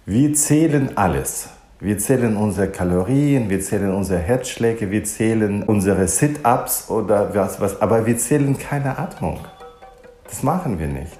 Wir zählen alles. Wir zählen unsere Kalorien, wir zählen unsere Herzschläge, wir zählen unsere Sit-Ups oder was, aber wir zählen keine Atmung. Das machen wir nicht.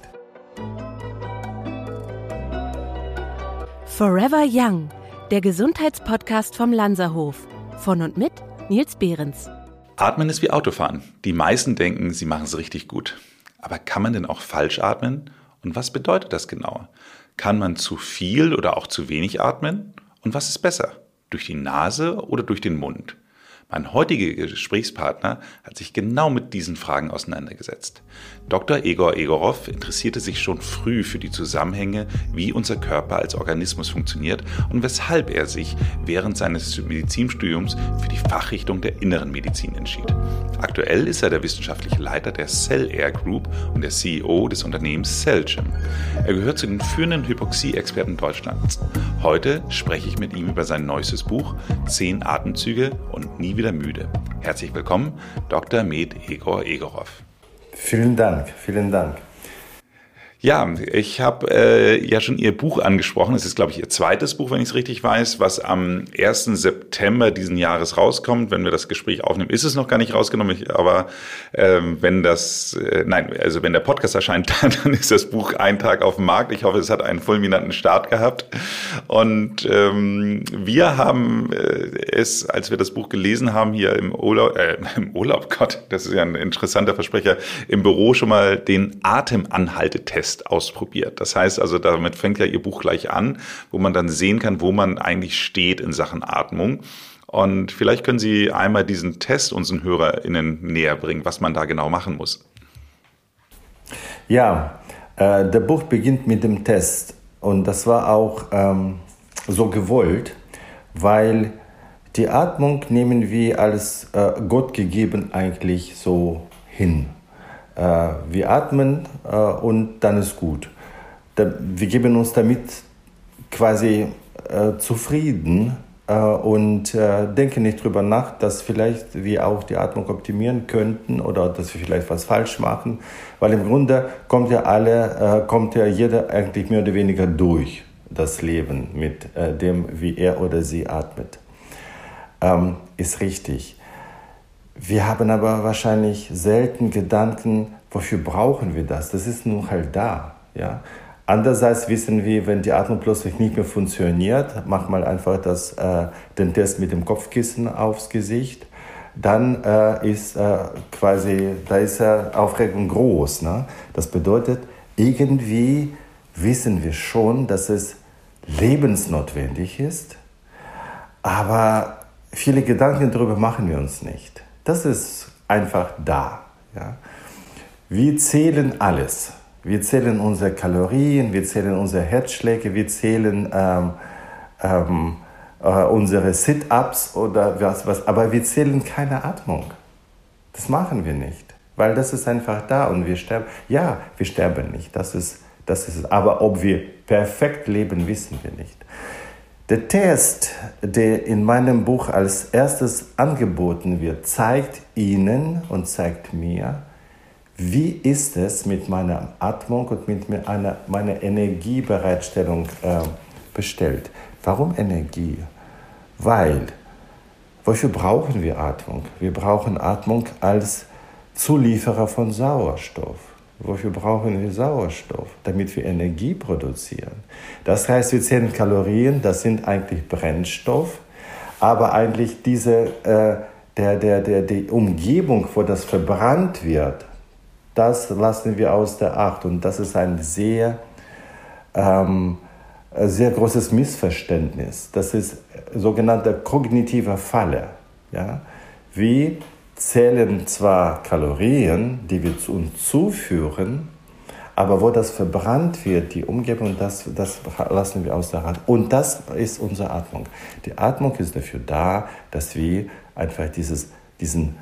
Forever Young, der Gesundheitspodcast vom Lanzerhof. Von und mit Nils Behrens. Atmen ist wie Autofahren. Die meisten denken, sie machen es richtig gut. Aber kann man denn auch falsch atmen? Und was bedeutet das genau? Kann man zu viel oder auch zu wenig atmen? Und was ist besser? Durch die Nase oder durch den Mund? Mein heutiger Gesprächspartner hat sich genau mit diesen Fragen auseinandergesetzt. Dr. Egor Egorov interessierte sich schon früh für die Zusammenhänge, wie unser Körper als Organismus funktioniert und weshalb er sich während seines Medizinstudiums für die Fachrichtung der Inneren Medizin entschied. Aktuell ist er der wissenschaftliche Leiter der CellAir Group und der CEO des Unternehmens CellGym. Er gehört zu den führenden Hypoxie-Experten Deutschlands. Heute spreche ich mit ihm über sein neuestes Buch 10 Atemzüge und nie wieder müde. Herzlich willkommen, Dr. Med Egor Egorov. Vielen Dank, vielen Dank. Ja, ich habe ja schon Ihr Buch angesprochen. Es ist, glaube ich, Ihr zweites Buch, wenn ich es richtig weiß, was am 1. September diesen Jahres rauskommt. Wenn wir das Gespräch aufnehmen, ist es noch gar nicht rausgenommen. Aber wenn der Podcast erscheint, dann ist das Buch einen Tag auf dem Markt. Ich hoffe, es hat einen fulminanten Start gehabt. Und wir haben es, als wir das Buch gelesen haben, hier im Urlaub, Gott, das ist ja ein interessanter Versprecher, im Büro schon mal den Atemanhaltetest ausprobiert. Das heißt also, damit fängt ja Ihr Buch gleich an, wo man dann sehen kann, wo man eigentlich steht in Sachen Atmung. Und vielleicht können Sie einmal diesen Test unseren HörerInnen näher bringen, was man da genau machen muss. Ja, der Buch beginnt mit dem Test und das war auch so gewollt, weil die Atmung nehmen wir als Gott gegeben eigentlich so hin. Wir atmen und dann ist gut. Wir geben uns damit quasi zufrieden und denken nicht drüber nach, dass vielleicht wir auch die Atmung optimieren könnten oder dass wir vielleicht was falsch machen, weil im Grunde kommt ja jeder eigentlich mehr oder weniger durch das Leben mit dem, wie er oder sie atmet. Ist richtig. Wir haben aber wahrscheinlich selten Gedanken, wofür brauchen wir das? Das ist nun halt da. Ja? Andererseits wissen wir, wenn die Atmung plötzlich nicht mehr funktioniert, mach mal einfach den Test mit dem Kopfkissen aufs Gesicht, dann ist Aufregung groß. Ne? Das bedeutet, irgendwie wissen wir schon, dass es lebensnotwendig ist, aber viele Gedanken darüber machen wir uns nicht. Das ist einfach da. Ja? Wir zählen alles. Wir zählen unsere Kalorien, wir zählen unsere Herzschläge, wir zählen unsere Sit-Ups oder was. Aber wir zählen keine Atmung. Das machen wir nicht, weil das ist einfach da und wir sterben. Ja, wir sterben nicht. Das ist es. Aber ob wir perfekt leben, wissen wir nicht. Der Test, der in meinem Buch als erstes angeboten wird, zeigt Ihnen und zeigt mir, wie ist es mit meiner Atmung und mit meiner Energiebereitstellung bestellt. Warum Energie? Weil, wofür brauchen wir Atmung? Wir brauchen Atmung als Zulieferer von Sauerstoff. Wofür brauchen wir Sauerstoff? Damit wir Energie produzieren. Das heißt, wir zählen Kalorien, das sind eigentlich Brennstoff, aber eigentlich die Umgebung, wo das verbrannt wird, das lassen wir außer Acht. Und das ist ein sehr großes Missverständnis. Das ist sogenannte kognitive Falle. Ja? Wir zählen zwar Kalorien, die wir uns zuführen, aber wo das verbrannt wird, die Umgebung, das lassen wir außer Acht. Und das ist unsere Atmung. Die Atmung ist dafür da, dass wir einfach diesen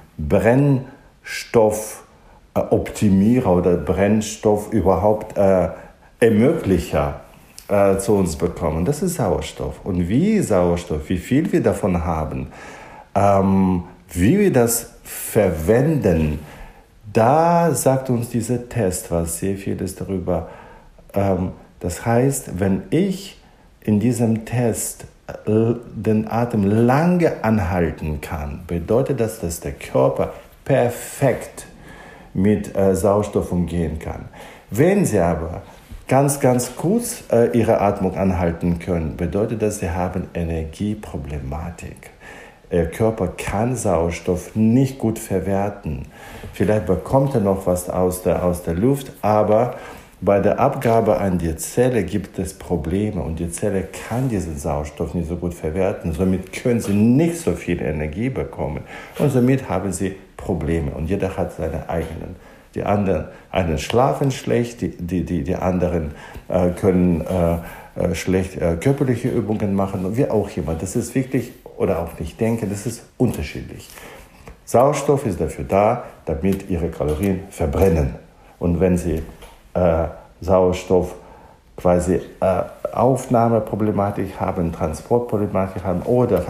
Brennstoffoptimierer oder Brennstoff überhaupt Ermöglicher zu uns bekommen. Das ist Sauerstoff. Und wie viel wir davon haben, wie wir das verwenden, da sagt uns dieser Test was sehr vieles darüber. Das heißt, wenn ich in diesem Test den Atem lange anhalten kann, bedeutet das, dass der Körper perfekt mit Sauerstoff umgehen kann. Wenn Sie aber ganz kurz Ihre Atmung anhalten können, bedeutet das, Sie haben Energieproblematik. Ihr Körper kann Sauerstoff nicht gut verwerten. Vielleicht bekommt er noch was aus der Luft, aber bei der Abgabe an die Zelle gibt es Probleme und die Zelle kann diesen Sauerstoff nicht so gut verwerten. Somit können Sie nicht so viel Energie bekommen und somit haben Sie Probleme und jeder hat seine eigenen. Die einen schlafen schlecht, die anderen können schlecht körperliche Übungen machen und wie auch immer. Das ist wirklich, oder auch nicht denken, das ist unterschiedlich. Sauerstoff ist dafür da, damit Ihre Kalorien verbrennen. Und wenn Sie Sauerstoff quasi Aufnahmeproblematik haben, Transportproblematik haben oder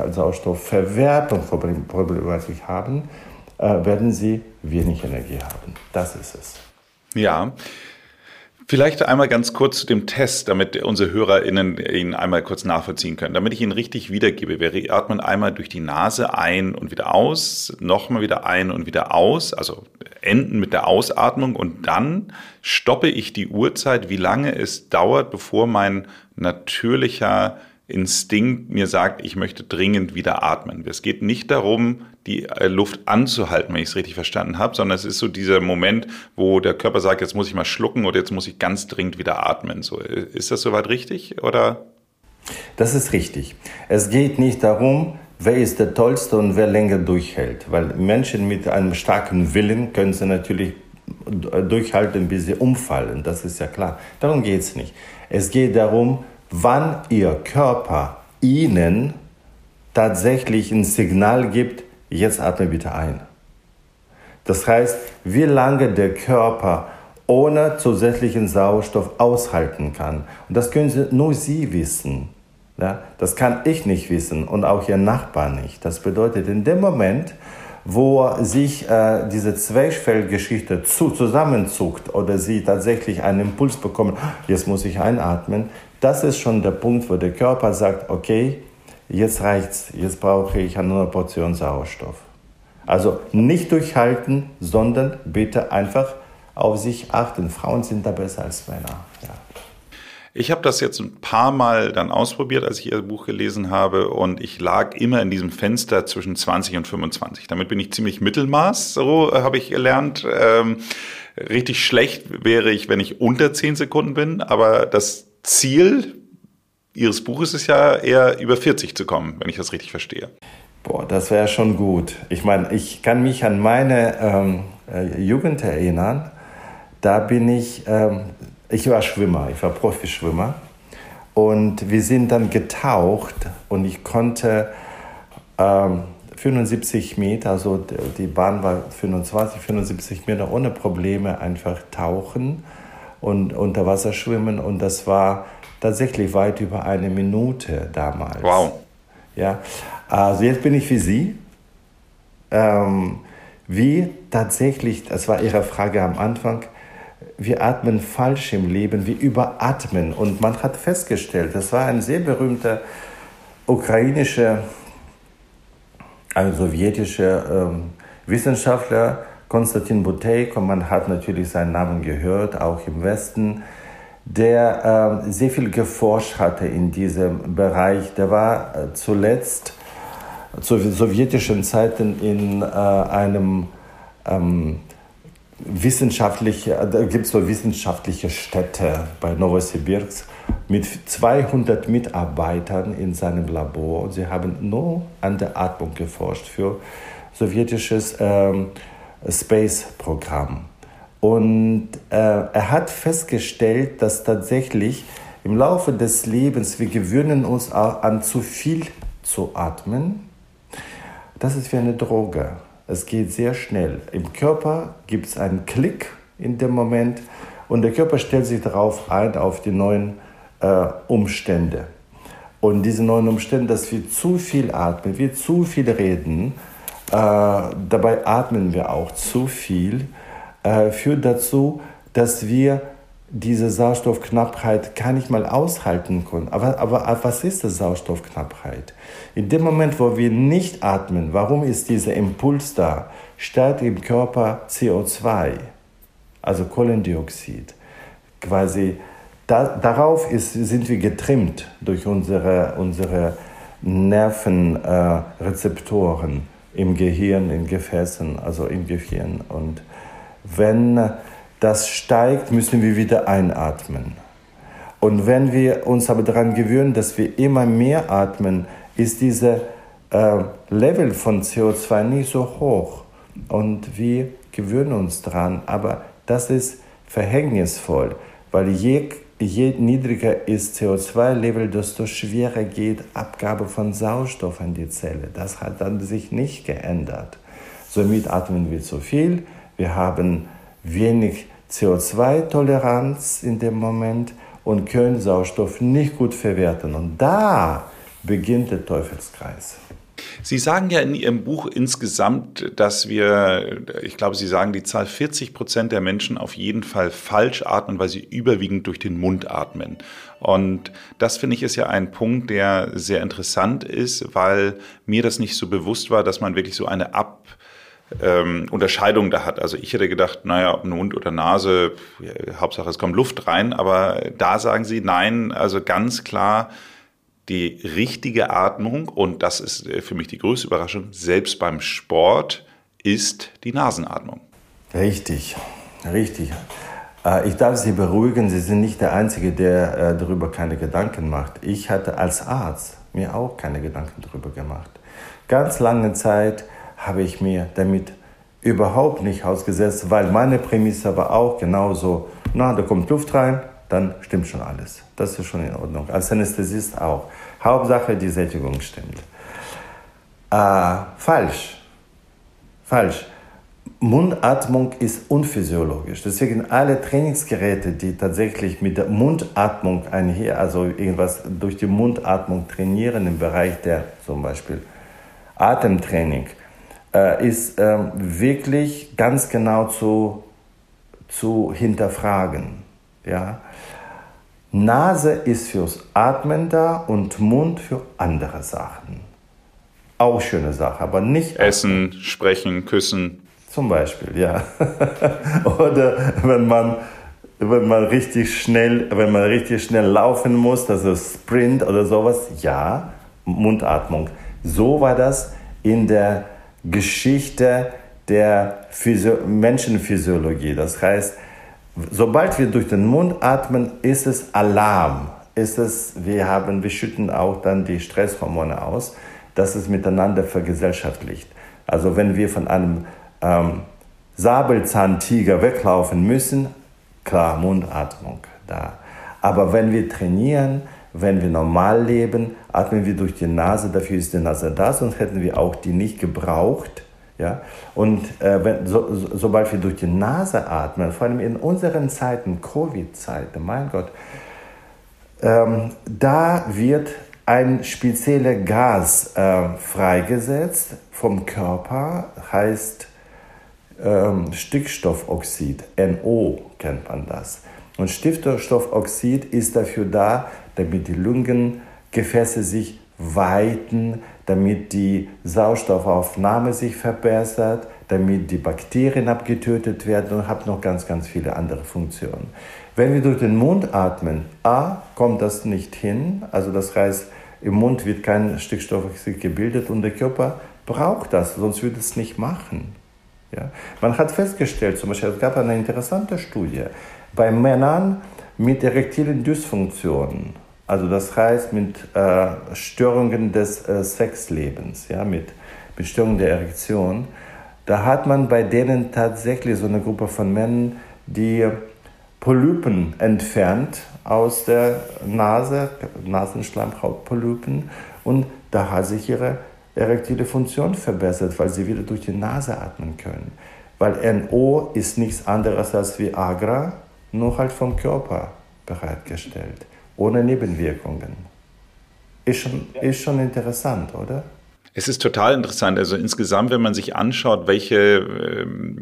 Sauerstoffverwertungsproblematik haben, werden Sie wenig Energie haben. Das ist es. Ja. Vielleicht einmal ganz kurz zu dem Test, damit unsere HörerInnen ihn einmal kurz nachvollziehen können. Damit ich ihn richtig wiedergebe, wir atmen einmal durch die Nase ein und wieder aus, nochmal wieder ein und wieder aus, also enden mit der Ausatmung und dann stoppe ich die Uhrzeit, wie lange es dauert, bevor mein natürlicher Instinkt mir sagt, ich möchte dringend wieder atmen. Es geht nicht darum, die Luft anzuhalten, wenn ich es richtig verstanden habe, sondern es ist so dieser Moment, wo der Körper sagt, jetzt muss ich mal schlucken oder jetzt muss ich ganz dringend wieder atmen. So, ist das soweit richtig, oder? Das ist richtig. Es geht nicht darum, wer ist der Tollste und wer länger durchhält. Weil Menschen mit einem starken Willen können sie natürlich durchhalten, bis sie umfallen. Das ist ja klar. Darum geht es nicht. Es geht darum, wann Ihr Körper Ihnen tatsächlich ein Signal gibt, jetzt atme bitte ein. Das heißt, wie lange der Körper ohne zusätzlichen Sauerstoff aushalten kann. Und das können nur Sie wissen. Ja? Das kann ich nicht wissen und auch Ihr Nachbar nicht. Das bedeutet, in dem Moment, wo sich diese Zwerchfellgeschichte zusammenzuckt oder Sie tatsächlich einen Impuls bekommen, jetzt muss ich einatmen, das ist schon der Punkt, wo der Körper sagt, okay, jetzt reicht's, jetzt brauche ich eine Portion Sauerstoff. Also nicht durchhalten, sondern bitte einfach auf sich achten. Frauen sind da besser als Männer. Ja. Ich habe das jetzt ein paar Mal dann ausprobiert, als ich Ihr Buch gelesen habe und ich lag immer in diesem Fenster zwischen 20 und 25. Damit bin ich ziemlich Mittelmaß, so habe ich gelernt. Richtig schlecht wäre ich, wenn ich unter 10 Sekunden bin, aber das Ziel Ihres Buches ist ja eher über 40 zu kommen, wenn ich das richtig verstehe. Boah, das wäre schon gut. Ich meine, ich kann mich an meine Jugend erinnern. Da bin ich war Schwimmer, ich war Profischwimmer. Und wir sind dann getaucht und ich konnte 75 Meter, also die Bahn war 75 Meter ohne Probleme einfach tauchen und unter Wasser schwimmen und das war tatsächlich weit über 1 Minute damals. Wow. Ja, also jetzt bin ich wie Sie. Wie tatsächlich, das war Ihre Frage am Anfang, wir atmen falsch im Leben, wir überatmen. Und man hat festgestellt, das war ein sehr berühmter ukrainischer, also sowjetischer Wissenschaftler, Konstantin Buteyko, man hat natürlich seinen Namen gehört, auch im Westen, der sehr viel geforscht hatte in diesem Bereich. Der war zuletzt zu sowjetischen Zeiten in einem da gibt es so wissenschaftliche Städte bei Novosibirsk mit 200 Mitarbeitern in seinem Labor. Sie haben nur an der Atmung geforscht für sowjetisches Space-Programm. Und er hat festgestellt, dass tatsächlich im Laufe des Lebens wir gewöhnen uns auch an zu viel zu atmen. Das ist wie eine Droge. Es geht sehr schnell. Im Körper gibt es einen Klick in dem Moment und der Körper stellt sich darauf ein, auf die neuen Umstände. Und diese neuen Umstände, dass wir zu viel atmen, wir zu viel reden, dabei atmen wir auch zu viel, führt dazu, dass wir diese Sauerstoffknappheit gar nicht mal aushalten können. Aber was ist das Sauerstoffknappheit? In dem Moment, wo wir nicht atmen, warum ist dieser Impuls da? Steigt im Körper CO2, also Kohlendioxid. Quasi darauf sind wir getrimmt durch unsere Nervenrezeptoren im Gehirn, in Gefäßen, also im Gehirn. Und wenn das steigt, müssen wir wieder einatmen. Und wenn wir uns aber daran gewöhnen, dass wir immer mehr atmen, ist dieser Level von CO2 nicht so hoch. Und wir gewöhnen uns daran. Aber das ist verhängnisvoll, weil je niedriger ist CO2-Level, desto schwerer geht Abgabe von Sauerstoff an die Zelle. Das hat dann sich nicht geändert. Somit atmen wir zu viel. Wir haben wenig CO2-Toleranz in dem Moment und können Sauerstoff nicht gut verwerten. Und da beginnt der Teufelskreis. Sie sagen ja in Ihrem Buch insgesamt, dass ich glaube, Sie sagen die Zahl 40% der Menschen auf jeden Fall falsch atmen, weil sie überwiegend durch den Mund atmen. Und das, finde ich, ist ja ein Punkt, der sehr interessant ist, weil mir das nicht so bewusst war, dass man wirklich so eine Unterscheidung da hat. Also ich hätte gedacht, naja, ob Mund oder Nase, Hauptsache es kommt Luft rein, aber da sagen Sie, nein, also ganz klar die richtige Atmung, und das ist für mich die größte Überraschung, selbst beim Sport, ist die Nasenatmung. Richtig. Ich darf Sie beruhigen, Sie sind nicht der Einzige, der darüber keine Gedanken macht. Ich hatte als Arzt mir auch keine Gedanken darüber gemacht. Ganz lange Zeit habe ich mir damit überhaupt nicht ausgesetzt, weil meine Prämisse war auch genauso, da kommt Luft rein, dann stimmt schon alles. Das ist schon in Ordnung. Als Anästhesist auch. Hauptsache, die Sättigung stimmt. Falsch. Mundatmung ist unphysiologisch. Deswegen alle Trainingsgeräte, die tatsächlich mit der Mundatmung also irgendwas durch die Mundatmung trainieren im Bereich der zum Beispiel Atemtraining, ist wirklich ganz genau zu hinterfragen. Ja? Nase ist fürs Atmen da und Mund für andere Sachen. Auch schöne Sache, aber nicht Essen, Sprechen, Küssen. Zum Beispiel, ja. Oder wenn man richtig schnell laufen muss, das ist Sprint oder sowas, ja, Mundatmung. So war das in der Geschichte der Menschenphysiologie. Das heißt, sobald wir durch den Mund atmen, ist es Alarm. Wir schütten auch dann die Stresshormone aus, dass es miteinander vergesellschaftlicht. Also wenn wir von einem Säbelzahntiger weglaufen müssen, klar, Mundatmung da. Aber wenn wir trainieren, wenn wir normal leben, atmen wir durch die Nase, dafür ist die Nase da, sonst hätten wir auch die nicht gebraucht. Ja? Und sobald wir durch die Nase atmen, vor allem in unseren Zeiten, Covid-Zeiten, mein Gott, da wird ein spezielles Gas freigesetzt vom Körper, heißt Stickstoffoxid, NO kennt man das. Und Stickstoffoxid ist dafür da, damit die Lungengefäße sich weiten, damit die Sauerstoffaufnahme sich verbessert, damit die Bakterien abgetötet werden und hat noch ganz, ganz viele andere Funktionen. Wenn wir durch den Mund atmen, kommt das nicht hin, also das heißt, im Mund wird kein Stickstoffoxid gebildet und der Körper braucht das, sonst würde es nicht machen. Ja? Man hat festgestellt, zum Beispiel, es gab eine interessante Studie, bei Männern mit erektilen Dysfunktionen, also das heißt mit Störungen des Sexlebens, ja, mit Störungen der Erektion, da hat man bei denen tatsächlich so eine Gruppe von Männern, die Polypen entfernt aus der Nase, Nasenschleimhautpolypen, und da hat sich ihre erektile Funktion verbessert, weil sie wieder durch die Nase atmen können. Weil NO ist nichts anderes als Viagra, nur halt vom Körper bereitgestellt, ohne Nebenwirkungen. Ist schon interessant, oder? Es ist total interessant. Also insgesamt, wenn man sich anschaut, welche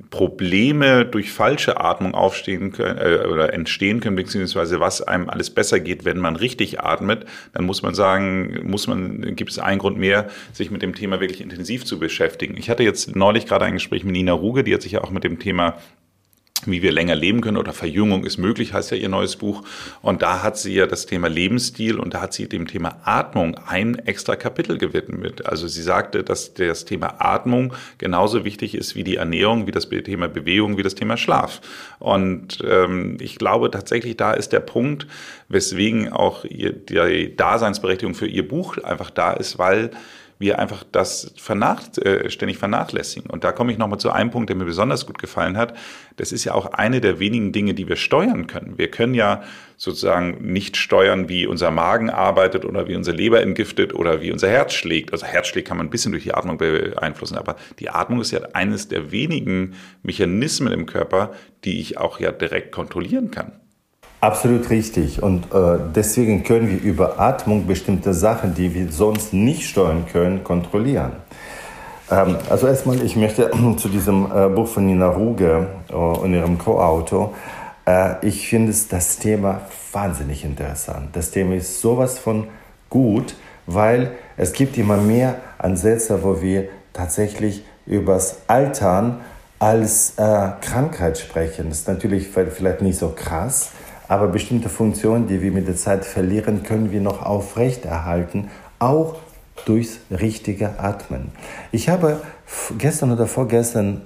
Probleme durch falsche Atmung aufstehen können oder entstehen können, beziehungsweise was einem alles besser geht, wenn man richtig atmet, dann muss man sagen, gibt es einen Grund mehr, sich mit dem Thema wirklich intensiv zu beschäftigen. Ich hatte jetzt neulich gerade ein Gespräch mit Nina Ruge, die hat sich ja auch mit dem Thema wie wir länger leben können oder Verjüngung ist möglich, heißt ja ihr neues Buch. Und da hat sie ja das Thema Lebensstil und da hat sie dem Thema Atmung ein extra Kapitel gewidmet. Also sie sagte, dass das Thema Atmung genauso wichtig ist wie die Ernährung, wie das Thema Bewegung, wie das Thema Schlaf. Und ich glaube tatsächlich, da ist der Punkt, weswegen auch die Daseinsberechtigung für ihr Buch einfach da ist, weil wir einfach das ständig vernachlässigen. Und da komme ich nochmal zu einem Punkt, der mir besonders gut gefallen hat. Das ist ja auch eine der wenigen Dinge, die wir steuern können. Wir können ja sozusagen nicht steuern, wie unser Magen arbeitet oder wie unsere Leber entgiftet oder wie unser Herz schlägt. Also Herzschlag kann man ein bisschen durch die Atmung beeinflussen, aber die Atmung ist ja eines der wenigen Mechanismen im Körper, die ich auch ja direkt kontrollieren kann. Absolut richtig. Und deswegen können wir über Atmung bestimmte Sachen, die wir sonst nicht steuern können, kontrollieren. Also erstmal, ich möchte zu diesem Buch von Nina Ruge und ihrem Co-Autor, ich finde das Thema wahnsinnig interessant. Das Thema ist sowas von gut, weil es gibt immer mehr Ansätze, wo wir tatsächlich über das Altern als Krankheit sprechen. Das ist natürlich vielleicht nicht so krass, aber bestimmte Funktionen, die wir mit der Zeit verlieren, können wir noch aufrechterhalten, auch durchs richtige Atmen. Ich habe gestern oder vorgestern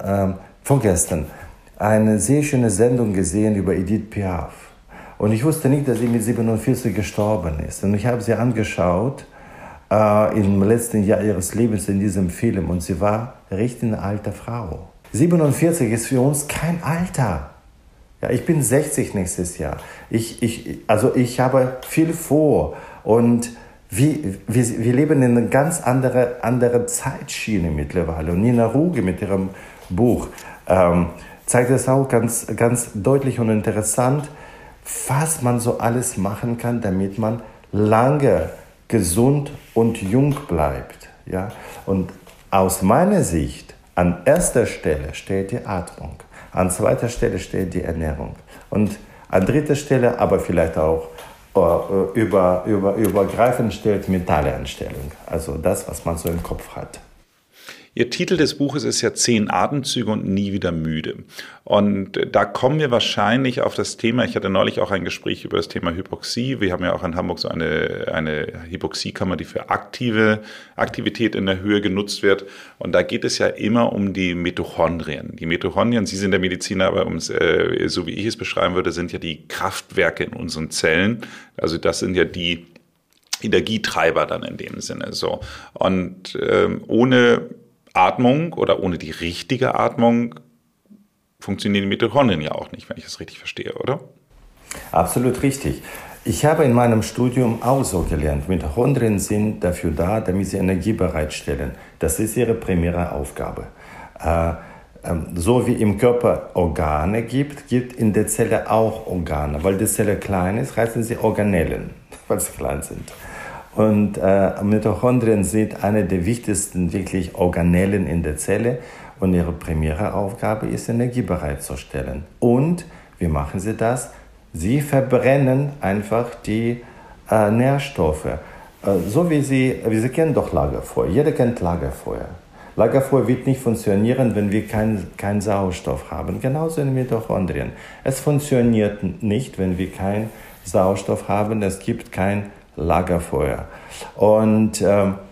eine sehr schöne Sendung gesehen über Edith Piaf. Und ich wusste nicht, dass sie mit 47 gestorben ist. Und ich habe sie angeschaut im letzten Jahr ihres Lebens in diesem Film. Und sie war richtig eine alte Frau. 47 ist für uns kein Alter. Ja, ich bin 60 nächstes Jahr. Ich habe viel vor und wir leben in einer ganz andere Zeitschiene mittlerweile. Und Nina Ruge mit ihrem Buch zeigt es auch ganz, ganz deutlich und interessant, was man so alles machen kann, damit man lange gesund und jung bleibt. Ja? Und aus meiner Sicht, an erster Stelle steht die Atmung. An zweiter Stelle steht die Ernährung. Und an dritter Stelle, aber vielleicht auch übergreifend steht mentale Einstellung. Also das, was man so im Kopf hat. Ihr Titel des Buches ist ja 10 Atemzüge und nie wieder müde. Und da kommen wir wahrscheinlich auf das Thema, ich hatte neulich auch ein Gespräch über das Thema Hypoxie. Wir haben ja auch in Hamburg so eine Hypoxiekammer, die für Aktivität in der Höhe genutzt wird. Und da geht es ja immer um die Mitochondrien. Die Mitochondrien, Sie sind der Mediziner, aber so wie ich es beschreiben würde, sind ja die Kraftwerke in unseren Zellen. Also das sind ja die Energietreiber dann in dem Sinne. So. Und ohne Atmung oder ohne die richtige Atmung funktionieren die Mitochondrien ja auch nicht, wenn ich das richtig verstehe, oder? Absolut richtig. Ich habe in meinem Studium auch so gelernt, Mitochondrien sind dafür da, damit sie Energie bereitstellen. Das ist ihre primäre Aufgabe. So wie im Körper Organe gibt in der Zelle auch Organe. Weil die Zelle klein ist, heißen sie Organellen, weil sie klein sind. Und Mitochondrien sind eine der wichtigsten wirklich Organellen in der Zelle und ihre primäre Aufgabe ist, Energie bereitzustellen. Und wie machen sie das? Sie verbrennen einfach die Nährstoffe. So wie Sie kennen doch Lagerfeuer. Jeder kennt Lagerfeuer. Lagerfeuer wird nicht funktionieren, wenn wir keinen Sauerstoff haben. Genauso in Mitochondrien. Es funktioniert nicht, wenn wir keinen Sauerstoff haben. Es gibt kein Lagerfeuer. Und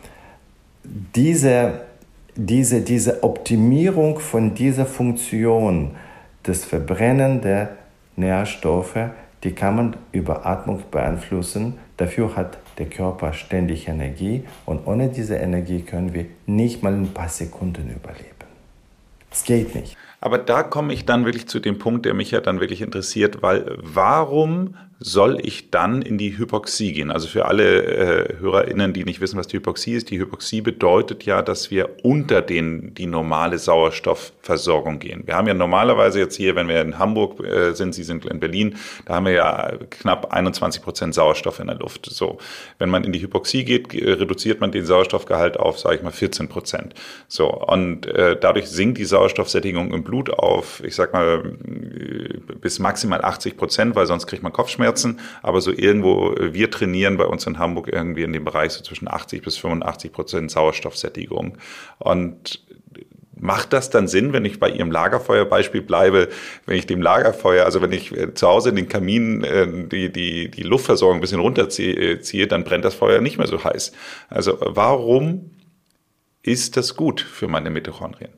diese Optimierung von dieser Funktion, das Verbrennen der Nährstoffe, die kann man über Atmung beeinflussen. Dafür hat der Körper ständig Energie und ohne diese Energie können wir nicht mal ein paar Sekunden überleben. Es geht nicht. Aber da komme ich dann wirklich zu dem Punkt, der mich ja dann wirklich interessiert, weil warum soll ich dann in die Hypoxie gehen? Also für alle HörerInnen, die nicht wissen, was die Hypoxie ist. Die Hypoxie bedeutet ja, dass wir unter die normale Sauerstoffversorgung gehen. Wir haben ja normalerweise jetzt hier, wenn wir in Hamburg sind, Sie sind in Berlin, da haben wir ja knapp 21% Sauerstoff in der Luft. So, wenn man in die Hypoxie geht, reduziert man den Sauerstoffgehalt auf, sage ich mal, 14%. So, und dadurch sinkt die Sauerstoffsättigung im Blut auf, ich sag mal, bis maximal 80%, weil sonst kriegt man Kopfschmerzen. Aber so irgendwo, wir trainieren bei uns in Hamburg irgendwie in dem Bereich so zwischen 80 bis 85% Sauerstoffsättigung. Und macht das dann Sinn, wenn ich bei Ihrem Lagerfeuerbeispiel bleibe, wenn ich dem Lagerfeuer, also wenn ich zu Hause in den Kamin die Luftversorgung ein bisschen runterziehe, dann brennt das Feuer nicht mehr so heiß. Also warum ist das gut für meine Mitochondrien?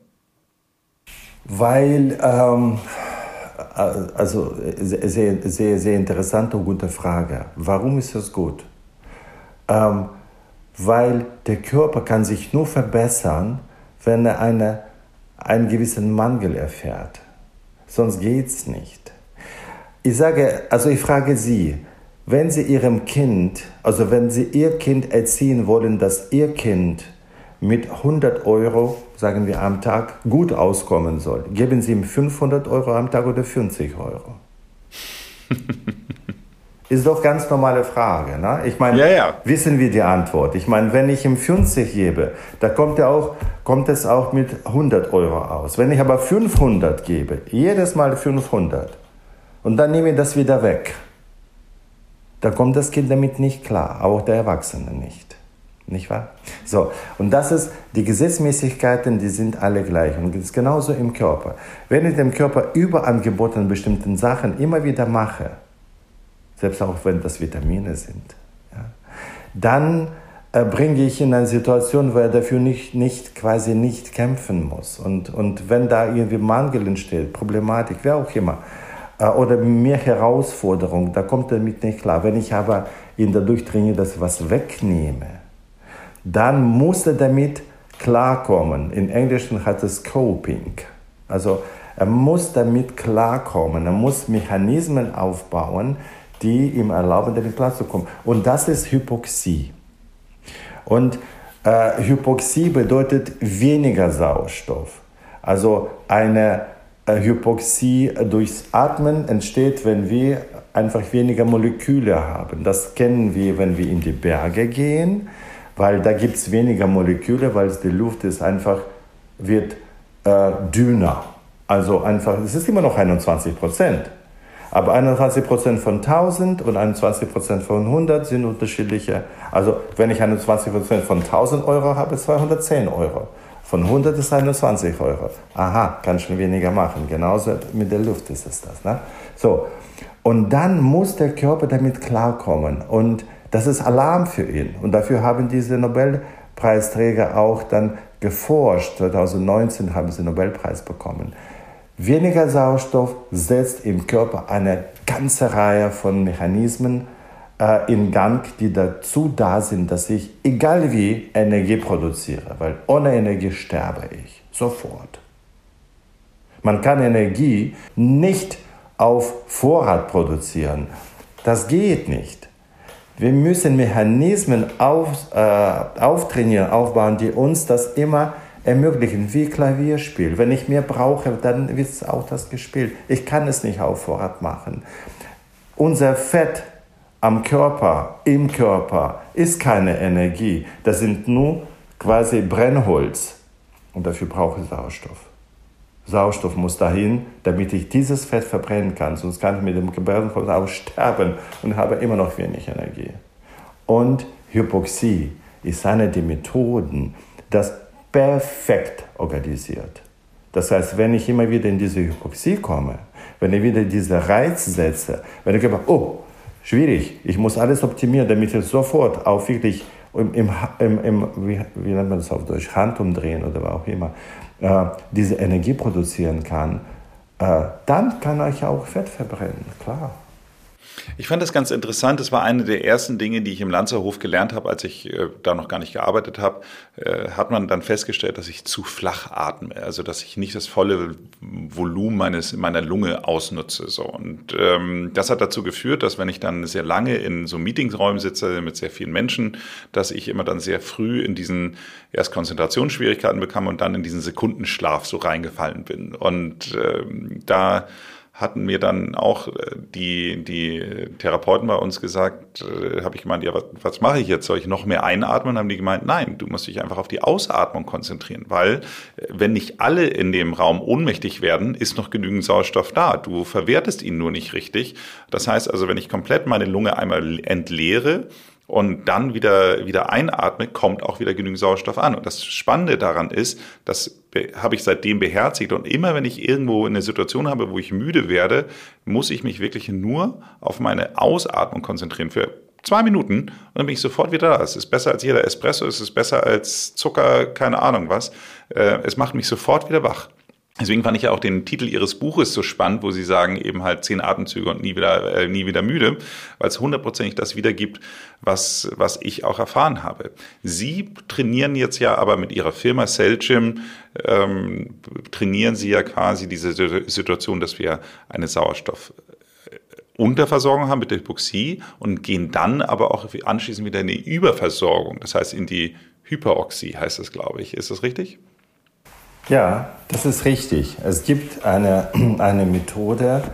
Weil, also sehr, sehr, sehr interessante und gute Frage. Warum ist das gut? Weil der Körper kann sich nur verbessern, wenn er einen gewissen Mangel erfährt. Sonst geht's nicht. Ich frage Sie, wenn Sie Ihrem Kind, also wenn Sie Ihr Kind erziehen wollen, dass Ihr Kind mit 100 Euro, sagen wir am Tag, gut auskommen soll, geben Sie ihm 500 Euro am Tag oder 50 Euro? Ist doch ganz normale Frage. Ne? Ich meine, ja. Wissen wir die Antwort? Ich meine, wenn ich ihm 50 gebe, da kommt es auch mit 100 Euro aus. Wenn ich aber 500 gebe, jedes Mal 500, und dann nehme ich das wieder weg, da kommt das Kind damit nicht klar, auch der Erwachsene nicht. Nicht wahr? So, und das ist, die Gesetzmäßigkeiten, die sind alle gleich. Und das ist genauso im Körper. Wenn ich dem Körper überangebotenen bestimmten Sachen immer wieder mache, selbst auch wenn das Vitamine sind, ja, dann bringe ich ihn in eine Situation, wo er dafür quasi nicht kämpfen muss. Und wenn da irgendwie Mangel entsteht, Problematik, wer auch immer, oder mehr Herausforderung, da kommt er damit nicht klar. Wenn ich aber ihn dadurch trainiere, dass ich was wegnehme, dann muss er damit klarkommen. In Englischen hat es Coping. Also er muss damit klarkommen. Er muss Mechanismen aufbauen, die ihm erlauben, damit klarzukommen. Und das ist Hypoxie. Und Hypoxie bedeutet weniger Sauerstoff. Also eine Hypoxie durchs Atmen entsteht, wenn wir einfach weniger Moleküle haben. Das kennen wir, wenn wir in die Berge gehen, weil da gibt es weniger Moleküle, weil die Luft wird dünner. Also einfach, es ist immer noch 21%. Aber 21% von 1000 und 21% von 100 sind unterschiedliche. Also wenn ich 21% von 1000 Euro habe, ist 210 Euro. Von 100 ist 21 Euro. Aha, kann schon weniger machen. Genauso mit der Luft ist es das. Ne? So. Und dann muss der Körper damit klarkommen. Und das ist Alarm für ihn. Und dafür haben diese Nobelpreisträger auch dann geforscht. 2019 haben sie den Nobelpreis bekommen. Weniger Sauerstoff setzt im Körper eine ganze Reihe von Mechanismen in Gang, die dazu da sind, dass ich, egal wie, Energie produziere. Weil ohne Energie sterbe ich. Sofort. Man kann Energie nicht auf Vorrat produzieren. Das geht nicht. Wir müssen Mechanismen auftrainieren, aufbauen, die uns das immer ermöglichen, wie Klavierspiel. Wenn ich mehr brauche, dann wird auch das gespielt. Ich kann es nicht auf Vorrat machen. Unser Fett am Körper, im Körper, ist keine Energie. Das sind nur quasi Brennholz. Und dafür brauche ich Sauerstoff. Sauerstoff muss dahin, damit ich dieses Fett verbrennen kann. Sonst kann ich mit dem Brennholz auch sterben und habe immer noch wenig Energie. Und Hypoxie ist eine der Methoden, das perfekt organisiert. Das heißt, wenn ich immer wieder in diese Hypoxie komme, wenn ich wieder diese Reiz setze, wenn ich glaube, oh, schwierig, ich muss alles optimieren, damit ich sofort auch wirklich wie nennt man das auf Deutsch, Handumdrehen oder auch immer, diese Energie produzieren kann, dann kann ich auch Fett verbrennen, klar. Ich fand das ganz interessant. Das war eine der ersten Dinge, die ich im Lanzerhof gelernt habe, als ich da noch gar nicht gearbeitet habe. Hat man dann festgestellt, dass ich zu flach atme. Also, dass ich nicht das volle Volumen meiner Lunge ausnutze. So. Und das hat dazu geführt, dass wenn ich dann sehr lange in so Meetingsräumen sitze mit sehr vielen Menschen, dass ich immer dann sehr früh in diesen erst Konzentrationsschwierigkeiten bekam und dann in diesen Sekundenschlaf so reingefallen bin. Und da hatten mir dann auch die Therapeuten bei uns gesagt, habe ich gemeint, ja, was mache ich jetzt? Soll ich noch mehr einatmen? Haben die gemeint, nein, du musst dich einfach auf die Ausatmung konzentrieren, weil wenn nicht alle in dem Raum ohnmächtig werden, ist noch genügend Sauerstoff da. Du verwertest ihn nur nicht richtig. Das heißt also, wenn ich komplett meine Lunge einmal entleere und dann wieder einatme, kommt auch wieder genügend Sauerstoff an. Und das Spannende daran ist, das habe ich seitdem beherzigt. Und immer, wenn ich irgendwo eine Situation habe, wo ich müde werde, muss ich mich wirklich nur auf meine Ausatmung konzentrieren für 2 Minuten und dann bin ich sofort wieder da. Es ist besser als jeder Espresso, es ist besser als Zucker, keine Ahnung was. Es macht mich sofort wieder wach. Deswegen fand ich ja auch den Titel Ihres Buches so spannend, wo Sie sagen, eben halt 10 Atemzüge und nie wieder müde, weil es 100%ig das wiedergibt, was ich auch erfahren habe. Sie trainieren jetzt ja aber mit Ihrer Firma Celgym, trainieren Sie ja quasi diese Situation, dass wir eine Sauerstoffunterversorgung haben mit der Hypoxie und gehen dann aber auch anschließend wieder in die Überversorgung, das heißt in die Hyperoxie heißt das, glaube ich. Ist das richtig? Ja, das ist richtig. Es gibt eine Methode,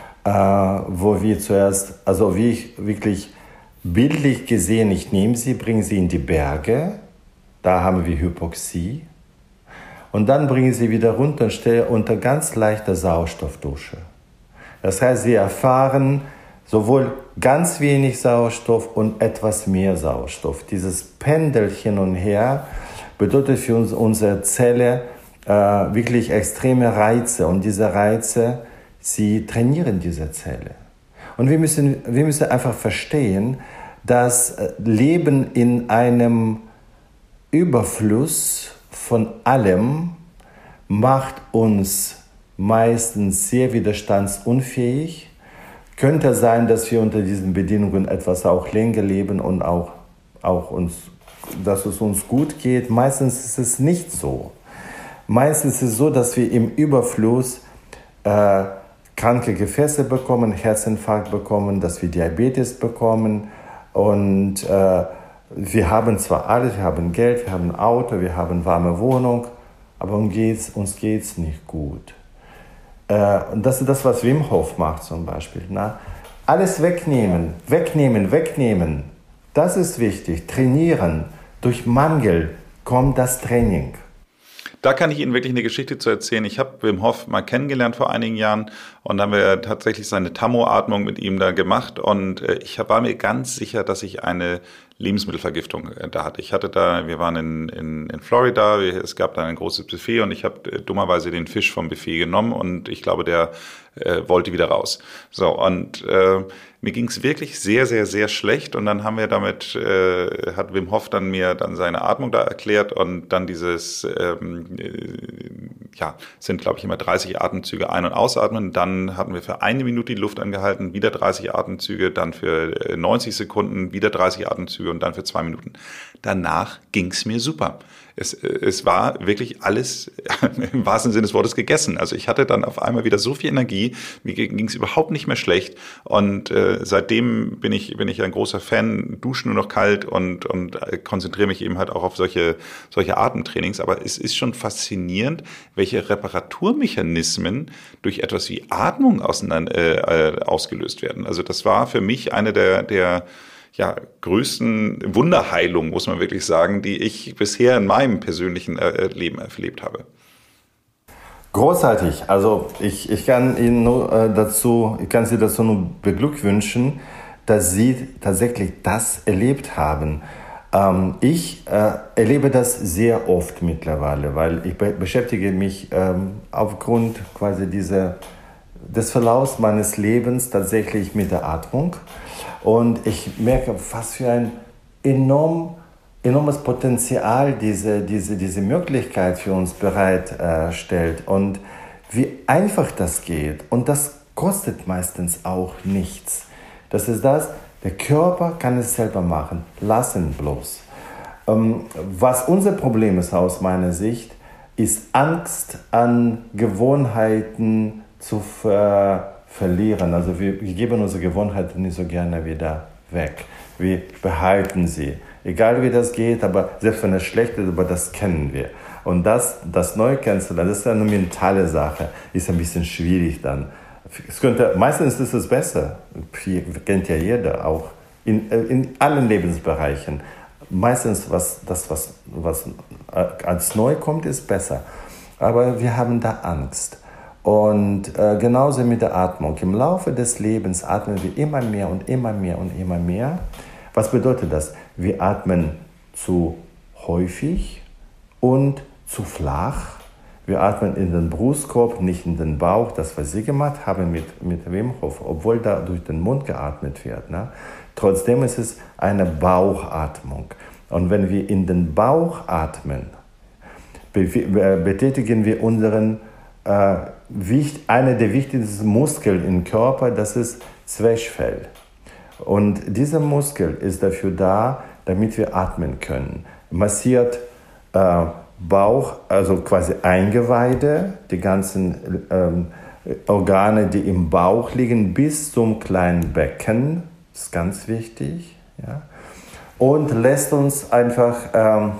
wo wir zuerst, also wie ich wirklich bildlich gesehen, ich nehme sie, bringe sie in die Berge, da haben wir Hypoxie, und dann bringe sie wieder runter und stelle unter ganz leichter Sauerstoffdusche. Das heißt, sie erfahren sowohl ganz wenig Sauerstoff und etwas mehr Sauerstoff. Dieses Pendel hin und her bedeutet für unsere Zelle wirklich extreme Reize, und diese Reize, sie trainieren diese Zelle. Und wir müssen einfach verstehen, dass Leben in einem Überfluss von allem macht uns meistens sehr widerstandsunfähig. Könnte sein, dass wir unter diesen Bedingungen etwas auch länger leben und auch dass es uns gut geht. Meistens ist es nicht so. Meistens ist es so, dass wir im Überfluss kranke Gefäße bekommen, Herzinfarkt bekommen, dass wir Diabetes bekommen. Und wir haben zwar alles, wir haben Geld, wir haben ein Auto, wir haben eine warme Wohnung, aber uns geht's nicht gut. Und das ist das, was Wim Hof macht zum Beispiel. Na? Alles wegnehmen. Das ist wichtig. Trainieren. Durch Mangel kommt das Training. Da kann ich Ihnen wirklich eine Geschichte zu erzählen. Ich habe Wim Hof mal kennengelernt vor einigen Jahren und dann haben wir tatsächlich seine Tammo-Atmung mit ihm da gemacht und ich war mir ganz sicher, dass ich eine Lebensmittelvergiftung da hatte. Wir waren in Florida, es gab da ein großes Buffet und ich habe dummerweise den Fisch vom Buffet genommen und ich glaube, der wollte wieder raus. So, und mir ging es wirklich sehr, sehr, sehr schlecht und dann haben wir hat Wim Hof mir seine Atmung da erklärt und dann dieses, sind glaube ich immer 30 Atemzüge ein- und ausatmen. Dann hatten wir für 1 Minute die Luft angehalten, wieder 30 Atemzüge, dann für 90 Sekunden wieder 30 Atemzüge und dann für 2 Minuten. Danach ging es mir super. Es war wirklich alles im wahrsten Sinne des Wortes gegessen. Also ich hatte dann auf einmal wieder so viel Energie, mir ging es überhaupt nicht mehr schlecht und seitdem bin ich ein großer Fan, dusche nur noch kalt und konzentriere mich eben halt auch auf solche Atemtrainings. Aber es ist schon faszinierend, welche Reparaturmechanismen durch etwas wie Atmung ausgelöst werden. Also das war für mich eine der größten Wunderheilungen, muss man wirklich sagen, die ich bisher in meinem persönlichen Leben erlebt habe. Großartig. Also ich kann Sie dazu nur beglückwünschen, dass Sie tatsächlich das erlebt haben. Ich erlebe das sehr oft mittlerweile, weil ich beschäftige mich aufgrund quasi des Verlaufs meines Lebens tatsächlich mit der Atmung. Und ich merke, was für ein enormes Potenzial diese Möglichkeit für uns bereitstellt und wie einfach das geht. Und das kostet meistens auch nichts. Das ist das, der Körper kann es selber machen. Lass ihn bloß. Was unser Problem ist aus meiner Sicht, ist Angst an Gewohnheiten zu verlieren. Also wir geben unsere Gewohnheiten nicht so gerne wieder weg. Wir behalten sie. Egal wie das geht, aber selbst wenn es schlecht ist, aber das kennen wir. Und das neu kennenzulernen, das ist eine mentale Sache, ist ein bisschen schwierig dann. Meistens ist es besser, kennt ja jeder auch, in allen Lebensbereichen. Meistens, was als neu kommt, ist besser. Aber wir haben da Angst. Und genauso mit der Atmung. Im Laufe des Lebens atmen wir immer mehr und immer mehr und immer mehr. Was bedeutet das? Wir atmen zu häufig und zu flach. Wir atmen in den Brustkorb, nicht in den Bauch. Das, was Sie gemacht haben mit Wim Hof, obwohl da durch den Mund geatmet wird. Ne? Trotzdem ist es eine Bauchatmung. Und wenn wir in den Bauch atmen, betätigen wir unseren einer der wichtigsten Muskeln im Körper, das ist Zwerchfell. Und dieser Muskel ist dafür da, damit wir atmen können. Massiert Bauch, also quasi Eingeweide, die ganzen Organe, die im Bauch liegen, bis zum kleinen Becken. Das ist ganz wichtig. Ja? Und lässt uns einfach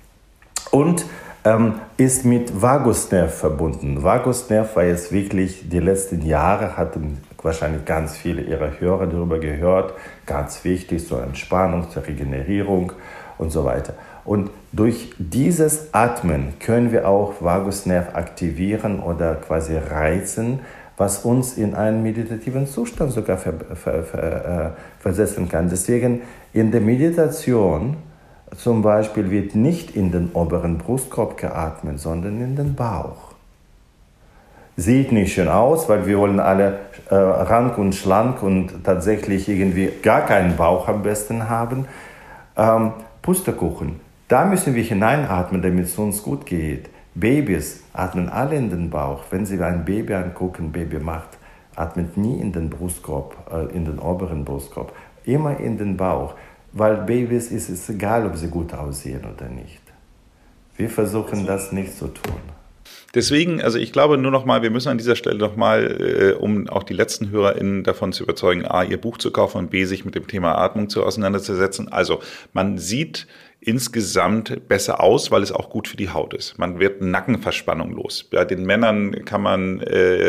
ist mit Vagusnerv verbunden. Vagusnerv war jetzt wirklich, die letzten Jahre hatten wahrscheinlich ganz viele Ihrer Hörer darüber gehört, ganz wichtig zur Entspannung, zur Regenerierung und so weiter. Und durch dieses Atmen können wir auch Vagusnerv aktivieren oder quasi reizen, was uns in einen meditativen Zustand sogar versetzen kann. Deswegen in der Meditation zum Beispiel wird nicht in den oberen Brustkorb geatmet, sondern in den Bauch. Sieht nicht schön aus, weil wir wollen alle rank und schlank und tatsächlich irgendwie gar keinen Bauch am besten haben. Pustekuchen, da müssen wir hineinatmen, damit es uns gut geht. Babys atmen alle in den Bauch. Wenn Sie ein Baby angucken, Baby atmet nie in den Brustkorb, in den oberen Brustkorb, immer in den Bauch. Weil Babys ist es egal, ob sie gut aussehen oder nicht. Wir versuchen das nicht zu tun. Deswegen, also ich glaube nur noch mal, wir müssen an dieser Stelle noch mal, um auch die letzten HörerInnen davon zu überzeugen, A, ihr Buch zu kaufen und B, sich mit dem Thema Atmung auseinanderzusetzen. Also man sieht insgesamt besser aus, weil es auch gut für die Haut ist. Man wird Nackenverspannung los. Bei den Männern kann man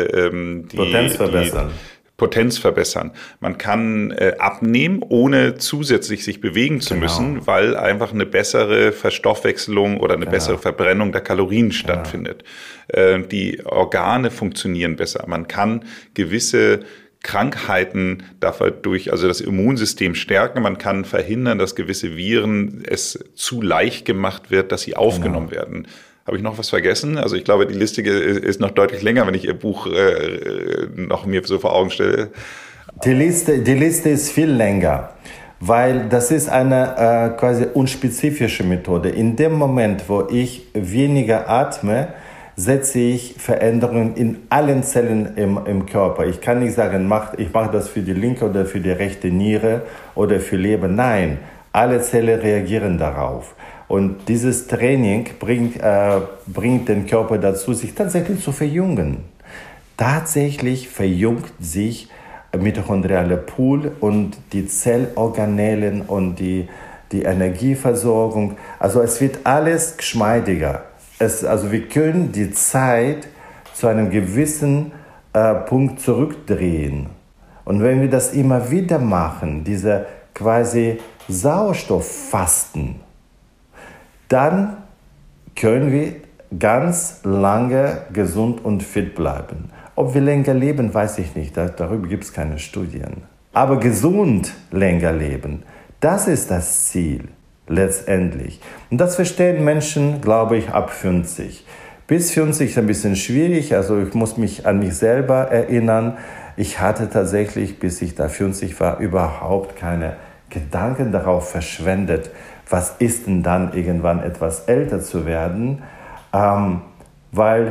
Potenz verbessern. Man kann abnehmen, ohne zusätzlich sich bewegen zu müssen, weil einfach eine bessere Verstoffwechselung oder eine bessere Verbrennung der Kalorien stattfindet. Die Organe funktionieren besser. Man kann gewisse Krankheiten dadurch, also das Immunsystem stärken. Man kann verhindern, dass gewisse Viren es zu leicht gemacht wird, dass sie aufgenommen werden. Habe ich noch was vergessen? Also ich glaube, die Liste ist noch deutlich länger, wenn ich Ihr Buch noch mir so vor Augen stelle. Die Liste ist viel länger, weil das ist eine quasi unspezifische Methode. In dem Moment, wo ich weniger atme, setze ich Veränderungen in allen Zellen im Körper. Ich kann nicht sagen, ich mache das für die linke oder für die rechte Niere oder für Leber. Nein, alle Zellen reagieren darauf. Und dieses Training bringt den Körper dazu, sich tatsächlich zu verjüngen. Tatsächlich verjüngt sich mitochondriale Pool und die Zellorganellen und die Energieversorgung. Also es wird alles geschmeidiger. Also wir können die Zeit zu einem gewissen Punkt zurückdrehen. Und wenn wir das immer wieder machen, diese quasi Sauerstofffasten, dann können wir ganz lange gesund und fit bleiben. Ob wir länger leben, weiß ich nicht. Darüber gibt es keine Studien. Aber gesund länger leben, das ist das Ziel letztendlich. Und das verstehen Menschen, glaube ich, ab 50. Bis 50 ist ein bisschen schwierig. Also ich muss mich an mich selber erinnern. Ich hatte tatsächlich, bis ich da 50 war, überhaupt keine Gedanken darauf verschwendet, was ist denn dann irgendwann etwas älter zu werden, weil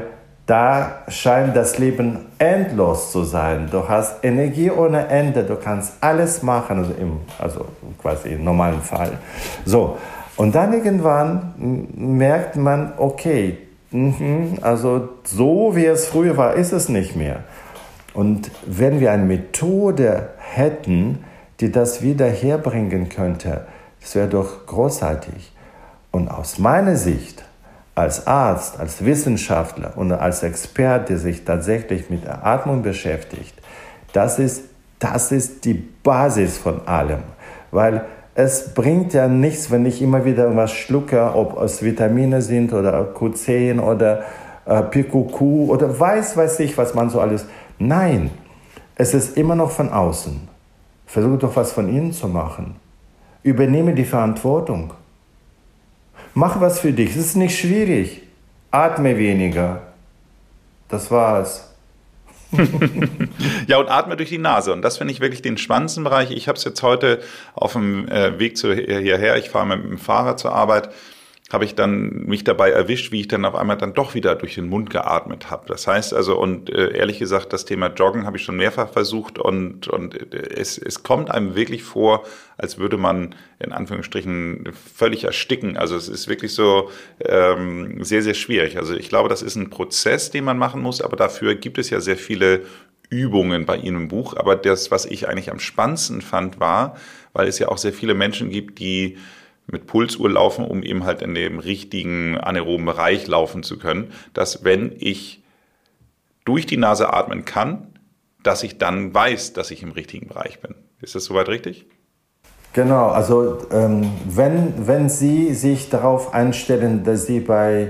Da scheint das Leben endlos zu sein. Du hast Energie ohne Ende, du kannst alles machen, also quasi im normalen Fall. So, und dann irgendwann merkt man, okay, also so wie es früher war, ist es nicht mehr. Und wenn wir eine Methode hätten, die das wieder herbringen könnte, das wäre doch großartig. Und aus meiner Sicht, als Arzt, als Wissenschaftler und als Experte, der sich tatsächlich mit der Atmung beschäftigt, das ist die Basis von allem. Weil es bringt ja nichts, wenn ich immer wieder irgendwas schlucke, ob es Vitamine sind oder Q10 oder PQQ oder weiß ich, was man so alles. Nein, es ist immer noch von außen. Versuche doch was von innen zu machen. Übernehme die Verantwortung. Mach was für dich, es ist nicht schwierig. Atme weniger. Das war's. Ja, und atme durch die Nase. Und das finde ich wirklich den spannendsten Bereich. Ich habe es jetzt heute auf dem Weg hierher, ich fahre mit dem Fahrrad zur Arbeit, habe ich dann mich dabei erwischt, wie ich dann auf einmal dann doch wieder durch den Mund geatmet habe. Das heißt also, und ehrlich gesagt, das Thema Joggen habe ich schon mehrfach versucht und es kommt einem wirklich vor, als würde man in Anführungsstrichen völlig ersticken. Also es ist wirklich so sehr, sehr schwierig. Also ich glaube, das ist ein Prozess, den man machen muss, aber dafür gibt es ja sehr viele Übungen bei Ihnen im Buch. Aber das, was ich eigentlich am spannendsten fand, war, weil es ja auch sehr viele Menschen gibt, die mit Pulsuhr laufen, um eben halt in dem richtigen anaeroben Bereich laufen zu können, dass wenn ich durch die Nase atmen kann, dass ich dann weiß, dass ich im richtigen Bereich bin. Ist das soweit richtig? Genau, also wenn Sie sich darauf einstellen, dass Sie bei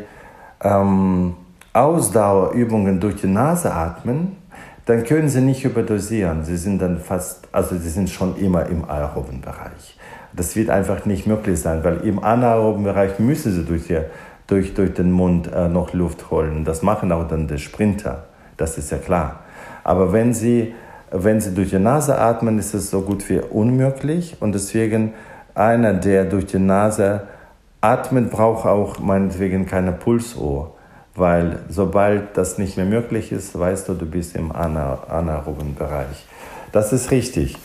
Ausdauerübungen durch die Nase atmen, dann können Sie nicht überdosieren. Sie sind dann Sie sind schon immer im aeroben Bereich. Das wird einfach nicht möglich sein, weil im anaeroben Bereich müssen Sie durch den Mund noch Luft holen. Das machen auch dann die Sprinter, das ist ja klar. Aber wenn Sie durch die Nase atmen, ist es so gut wie unmöglich. Und deswegen, einer, der durch die Nase atmet, braucht auch meinetwegen keine Pulsuhr. Weil sobald das nicht mehr möglich ist, weißt du bist im anaeroben Bereich. Das ist richtig.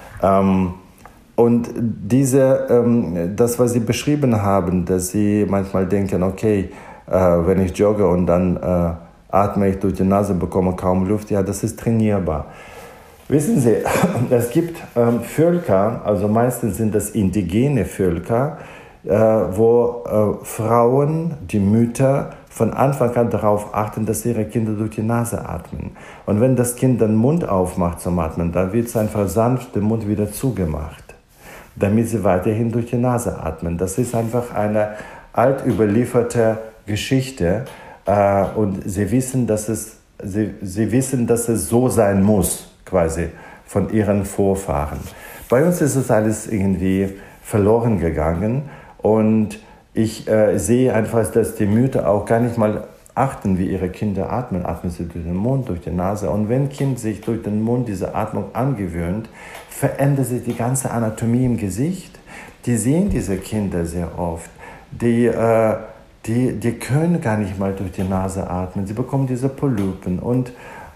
Und das, was Sie beschrieben haben, dass Sie manchmal denken, okay, wenn ich jogge und dann atme ich durch die Nase, bekomme kaum Luft, ja, das ist trainierbar. Wissen Sie, es gibt Völker, also meistens sind das indigene Völker, wo Frauen, die Mütter, von Anfang an darauf achten, dass ihre Kinder durch die Nase atmen. Und wenn das Kind den Mund aufmacht zum Atmen, dann wird es einfach sanft den Mund wieder zugemacht, damit sie weiterhin durch die Nase atmen. Das ist einfach eine alt überlieferte Geschichte und sie wissen, dass es so sein muss, quasi von ihren Vorfahren. Bei uns ist es alles irgendwie verloren gegangen und ich sehe einfach, dass die Mütter auch gar nicht mal achten, wie ihre Kinder atmen. Atmen sie durch den Mund, durch die Nase. Und wenn ein Kind sich durch den Mund diese Atmung angewöhnt, verändert sich die ganze Anatomie im Gesicht. Die sehen diese Kinder sehr oft. Die können gar nicht mal durch die Nase atmen. Sie bekommen diese Polypen und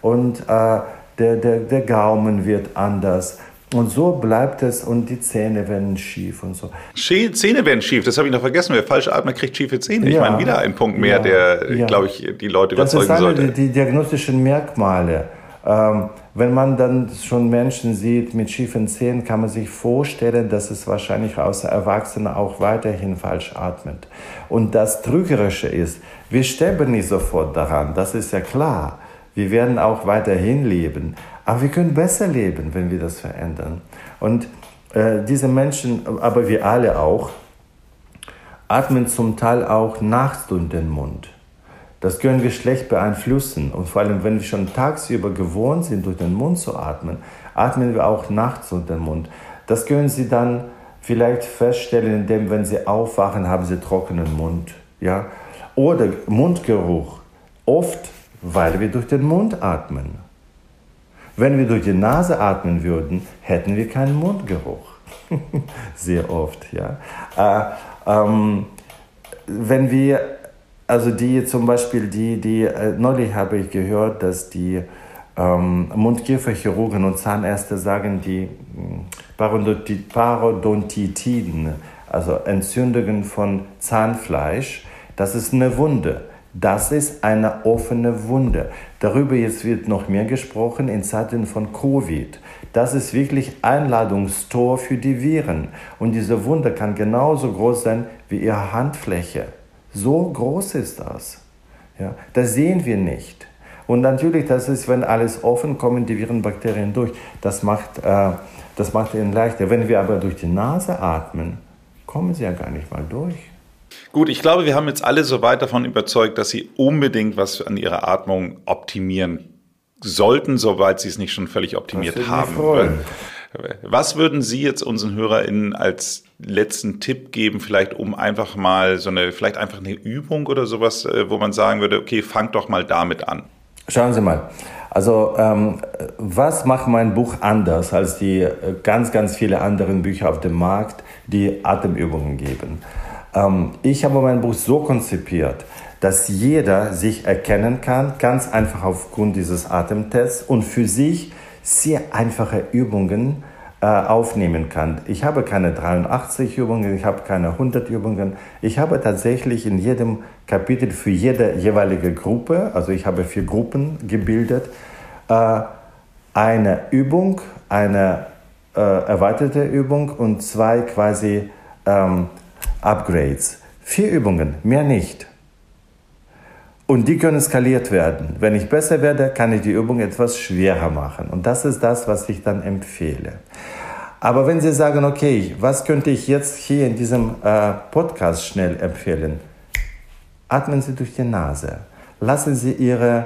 der Gaumen wird anders. Und so bleibt es und die Zähne werden schief und so. Zähne werden schief, das habe ich noch vergessen. Wer falsch atmet, kriegt schiefe Zähne. Ich meine, wieder ein Punkt mehr, der, glaube ich, die Leute überzeugen sollte. Das sind die diagnostischen Merkmale. Wenn man dann schon Menschen sieht mit schiefen Zähnen, kann man sich vorstellen, dass es wahrscheinlich außer Erwachsene auch weiterhin falsch atmet. Und das Trügerische ist, wir sterben nicht sofort daran, das ist ja klar. Wir werden auch weiterhin leben. Aber wir können besser leben, wenn wir das verändern. Und diese Menschen, aber wir alle auch, atmen zum Teil auch nachts durch den Mund. Das können wir schlecht beeinflussen. Und vor allem, wenn wir schon tagsüber gewohnt sind, durch den Mund zu atmen, atmen wir auch nachts durch den Mund. Das können Sie dann vielleicht feststellen, indem, wenn Sie aufwachen, haben Sie trockenen Mund. Ja? Oder Mundgeruch. Oft, weil wir durch den Mund atmen. Wenn wir durch die Nase atmen würden, hätten wir keinen Mundgeruch. Sehr oft, ja. Wenn wir Also die zum Beispiel, neulich habe ich gehört, dass die Mund-Kiefer-Chirurgen und Zahnärzte sagen, die Parodontitiden, also Entzündungen von Zahnfleisch, das ist eine Wunde. Das ist eine offene Wunde. Darüber jetzt wird noch mehr gesprochen in Zeiten von Covid. Das ist wirklich Einladungstor für die Viren. Und diese Wunde kann genauso groß sein wie ihre Handfläche. So groß ist das. Ja, das sehen wir nicht. Und natürlich, das ist, wenn alles offen, kommen die Viren, Bakterien durch. Das macht ihnen leichter. Wenn wir aber durch die Nase atmen, kommen sie ja gar nicht mal durch. Gut, ich glaube, wir haben jetzt alle soweit davon überzeugt, dass Sie unbedingt was an Ihrer Atmung optimieren sollten, soweit Sie es nicht schon völlig optimiert haben. Was würden Sie jetzt unseren HörerInnen als letzten Tipp geben, vielleicht um einfach mal vielleicht einfach eine Übung oder sowas, wo man sagen würde, okay, fangt doch mal damit an. Schauen Sie mal. Also, was macht mein Buch anders als die ganz, ganz viele anderen Bücher auf dem Markt, die Atemübungen geben? Ich habe mein Buch so konzipiert, dass jeder sich erkennen kann, ganz einfach aufgrund dieses Atemtests und für sich sehr einfache Übungen aufnehmen kann. Ich habe keine 83 Übungen, ich habe keine 100 Übungen. Ich habe tatsächlich in jedem Kapitel für jede jeweilige Gruppe, also ich habe 4 Gruppen gebildet, eine Übung, eine erweiterte Übung und 2 quasi Upgrades. 4 Übungen, mehr nicht. Und die können skaliert werden. Wenn ich besser werde, kann ich die Übung etwas schwerer machen. Und das ist das, was ich dann empfehle. Aber wenn Sie sagen, okay, was könnte ich jetzt hier in diesem Podcast schnell empfehlen? Atmen Sie durch die Nase. Lassen Sie Ihre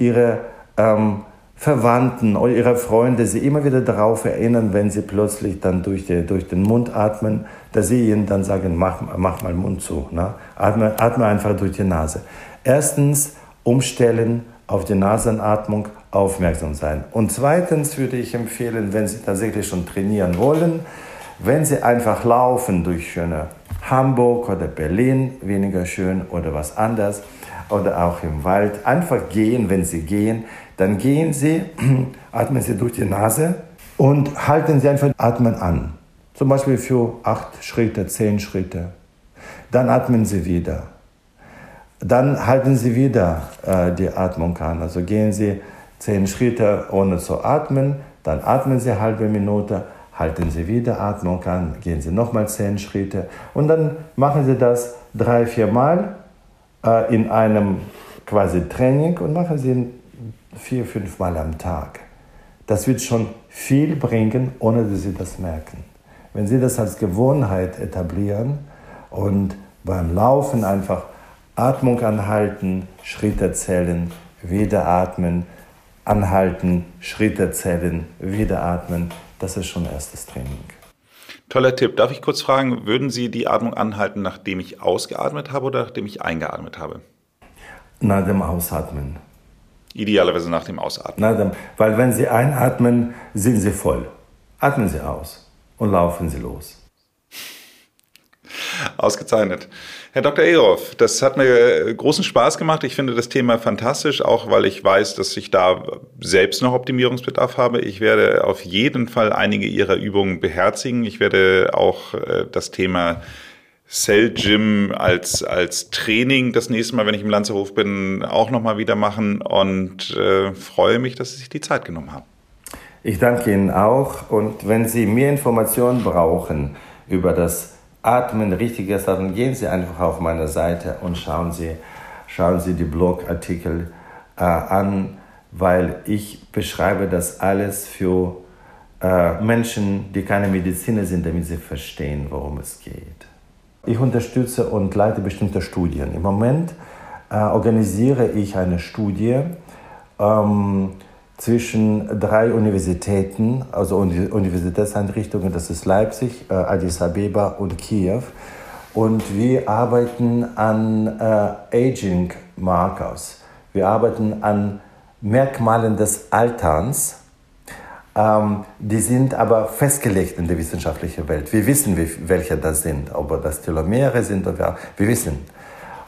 Verwandten oder Ihre Freunde Sie immer wieder darauf erinnern, wenn Sie plötzlich dann durch den Mund atmen, dass Sie ihnen dann sagen, mach mal den Mund zu. Ne? Atme einfach durch die Nase. Erstens, umstellen, auf die Nasenatmung aufmerksam sein. Und zweitens würde ich empfehlen, wenn Sie tatsächlich schon trainieren wollen, wenn Sie einfach laufen durch schöne Hamburg oder Berlin, weniger schön oder was anderes, oder auch im Wald, einfach gehen, wenn Sie gehen, dann gehen Sie, atmen Sie durch die Nase und halten Sie einfach Atmen an. Zum Beispiel für 8 Schritte, 10 Schritte. Dann atmen Sie wieder. Dann halten Sie wieder die Atmung an. Also gehen Sie 10 Schritte ohne zu atmen, dann atmen Sie eine halbe Minute, halten Sie wieder Atmung an, gehen Sie nochmal 10 Schritte und dann machen Sie das 3-4 Mal in einem quasi Training und machen Sie 4-5 Mal am Tag. Das wird schon viel bringen, ohne dass Sie das merken. Wenn Sie das als Gewohnheit etablieren und beim Laufen einfach Atmung anhalten, Schritte zählen, wieder atmen, anhalten, Schritte zählen, wieder atmen, das ist schon erstes Training. Toller Tipp. Darf ich kurz fragen, würden Sie die Atmung anhalten, nachdem ich ausgeatmet habe oder nachdem ich eingeatmet habe? Nach dem Ausatmen. Idealerweise nach dem Ausatmen. Weil wenn Sie einatmen, sind Sie voll. Atmen Sie aus und laufen Sie los. Ausgezeichnet. Herr Dr. Eroff, das hat mir großen Spaß gemacht. Ich finde das Thema fantastisch, auch weil ich weiß, dass ich da selbst noch Optimierungsbedarf habe. Ich werde auf jeden Fall einige Ihrer Übungen beherzigen. Ich werde auch das Thema Cell Gym als Training das nächste Mal, wenn ich im Lanzerhof bin, auch nochmal wieder machen und freue mich, dass Sie sich die Zeit genommen haben. Ich danke Ihnen auch und wenn Sie mehr Informationen brauchen über das Atmen, richtiges Atmen, gehen Sie einfach auf meine Seite und schauen Sie die Blogartikel an, weil ich beschreibe das alles für Menschen, die keine Mediziner sind, damit sie verstehen, worum es geht. Ich unterstütze und leite bestimmte Studien. Im Moment organisiere ich eine Studie zwischen 3 Universitäten, also Universitätseinrichtungen, das ist Leipzig, Addis Abeba und Kiew. Und wir arbeiten an Aging Markers. Wir arbeiten an Merkmalen des Alterns. Die sind aber festgelegt in der wissenschaftlichen Welt. Wir wissen, welche das sind, ob das Telomere sind, wir wissen.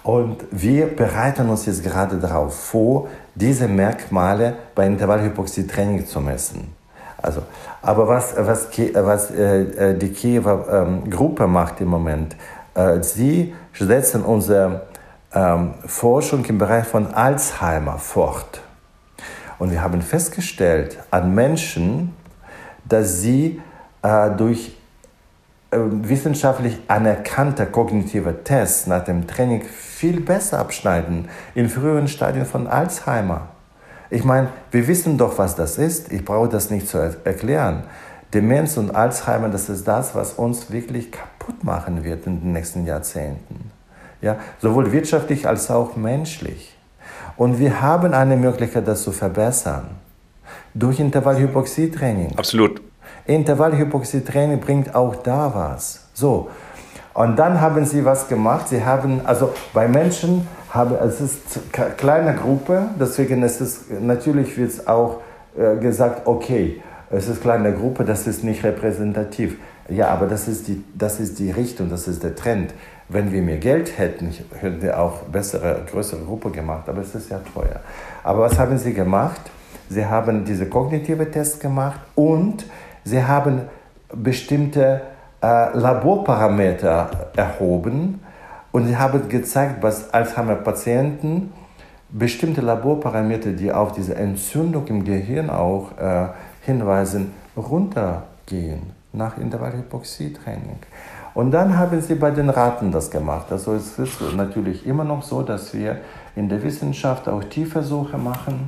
Und wir bereiten uns jetzt gerade darauf vor, diese Merkmale bei Intervallhypoxie-Training zu messen. Also, aber was die Kiewer Gruppe macht im Moment, sie setzen unsere Forschung im Bereich von Alzheimer fort. Und wir haben festgestellt an Menschen, dass sie durch wissenschaftlich anerkannte kognitive Tests nach dem Training viel besser abschneiden in früheren Stadien von Alzheimer. Ich meine, wir wissen doch, was das ist. Ich brauche das nicht zu erklären. Demenz und Alzheimer, das ist das, was uns wirklich kaputt machen wird in den nächsten Jahrzehnten. Ja, sowohl wirtschaftlich als auch menschlich. Und wir haben eine Möglichkeit, das zu verbessern. Durch Intervallhypoxietraining. Absolut. Intervallhypoxietraining bringt auch da was. So. Und dann haben sie was gemacht. Sie haben, also bei Menschen, es ist eine kleine Gruppe, deswegen ist es, natürlich wird es auch gesagt, okay, es ist eine kleine Gruppe, das ist nicht repräsentativ. Ja, aber das ist die Richtung, das ist der Trend. Wenn wir mehr Geld hätten, hätten wir auch größere Gruppe gemacht, aber es ist ja teuer. Aber was haben sie gemacht? Sie haben diese kognitive Tests gemacht und sie haben bestimmte Laborparameter erhoben und sie haben gezeigt, dass Alzheimer-Patienten bestimmte Laborparameter, die auf diese Entzündung im Gehirn auch hinweisen, runtergehen nach Intervallhypoxietraining. Und dann haben sie bei den Ratten das gemacht. Also es ist natürlich immer noch so, dass wir in der Wissenschaft auch Tierversuche machen.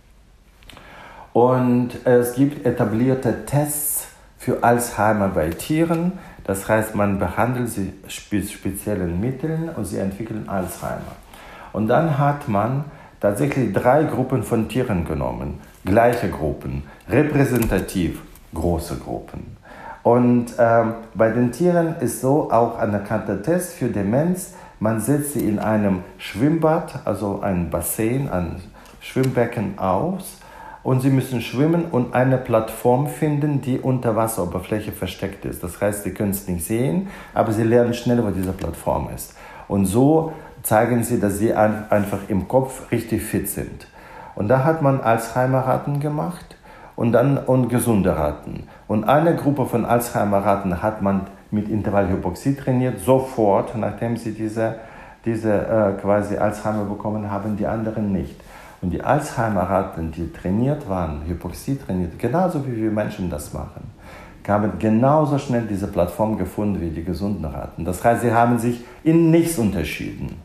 Und es gibt etablierte Tests für Alzheimer bei Tieren. Das heißt, man behandelt sie mit speziellen Mitteln und sie entwickeln Alzheimer. Und dann hat man tatsächlich 3 Gruppen von Tieren genommen. Gleiche Gruppen, repräsentativ große Gruppen. Und bei den Tieren ist so auch ein anerkannter Test für Demenz. Man setzt sie in einem Schwimmbad, also ein Bassin, ein Schwimmbecken aus. Und sie müssen schwimmen und eine Plattform finden, die unter Wasseroberfläche versteckt ist. Das heißt, sie können es nicht sehen, aber sie lernen schnell, wo diese Plattform ist. Und so zeigen sie, dass sie einfach im Kopf richtig fit sind. Und da hat man Alzheimer-Ratten gemacht und gesunde Ratten. Und eine Gruppe von Alzheimer-Ratten hat man mit Intervallhypoxie trainiert, sofort, nachdem sie diese quasi Alzheimer bekommen haben, die anderen nicht. Und die Alzheimer-Ratten, die trainiert waren, Hypoxie trainiert, genauso wie wir Menschen das machen, haben genauso schnell diese Plattform gefunden wie die gesunden Ratten. Das heißt, sie haben sich in nichts unterschieden.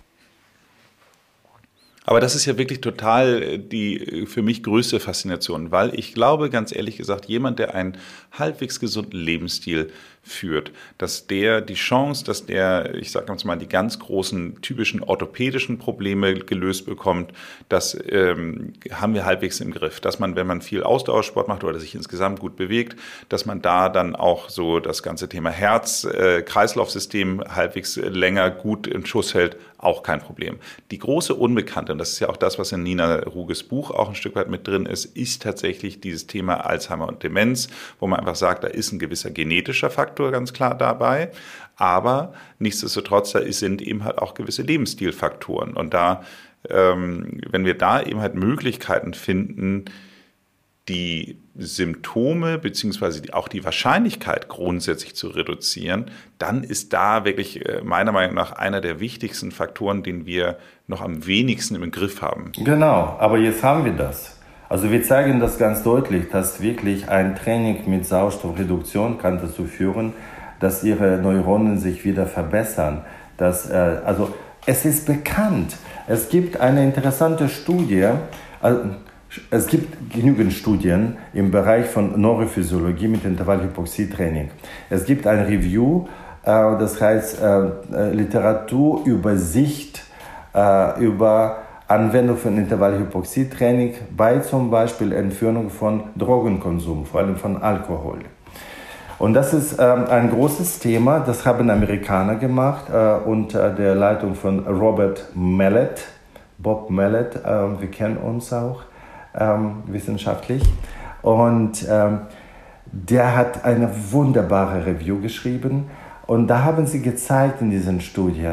Aber das ist ja wirklich total die für mich größte Faszination, weil ich glaube, ganz ehrlich gesagt, jemand, der einen halbwegs gesunden Lebensstil führt, dass der die Chance, dass der, ich sage mal, die ganz großen typischen orthopädischen Probleme gelöst bekommt, das haben wir halbwegs im Griff. Dass man, wenn man viel Ausdauersport macht oder sich insgesamt gut bewegt, dass man da dann auch so das ganze Thema Herz-Kreislauf-System halbwegs länger gut in Schuss hält, auch kein Problem. Die große Unbekannte, und das ist ja auch das, was in Nina Ruges Buch auch ein Stück weit mit drin ist tatsächlich dieses Thema Alzheimer und Demenz, wo man einfach sagt, da ist ein gewisser genetischer Faktor ganz klar dabei, aber nichtsdestotrotz, da sind eben halt auch gewisse Lebensstilfaktoren. Und da, wenn wir da eben halt Möglichkeiten finden, die Symptome beziehungsweise auch die Wahrscheinlichkeit grundsätzlich zu reduzieren, dann ist da wirklich meiner Meinung nach einer der wichtigsten Faktoren, den wir noch am wenigsten im Griff haben. Genau, aber jetzt haben wir das. Also wir zeigen das ganz deutlich, dass wirklich ein Training mit Sauerstoffreduktion kann dazu führen, dass ihre Neuronen sich wieder verbessern. Also es ist bekannt. Es gibt eine interessante Studie, es gibt genügend Studien im Bereich von Neurophysiologie mit Intervallhypoxietraining. Es gibt ein Review, das heißt Literaturübersicht über Anwendung von Intervallhypoxietraining bei zum Beispiel Entfernung von Drogenkonsum, vor allem von Alkohol. Und das ist ein großes Thema, das haben Amerikaner gemacht unter der Leitung von Robert Mallet. Bob Mallet, wir kennen uns auch. Wissenschaftlich. Und der hat eine wunderbare Review geschrieben. Und da haben sie gezeigt in diesen Studien,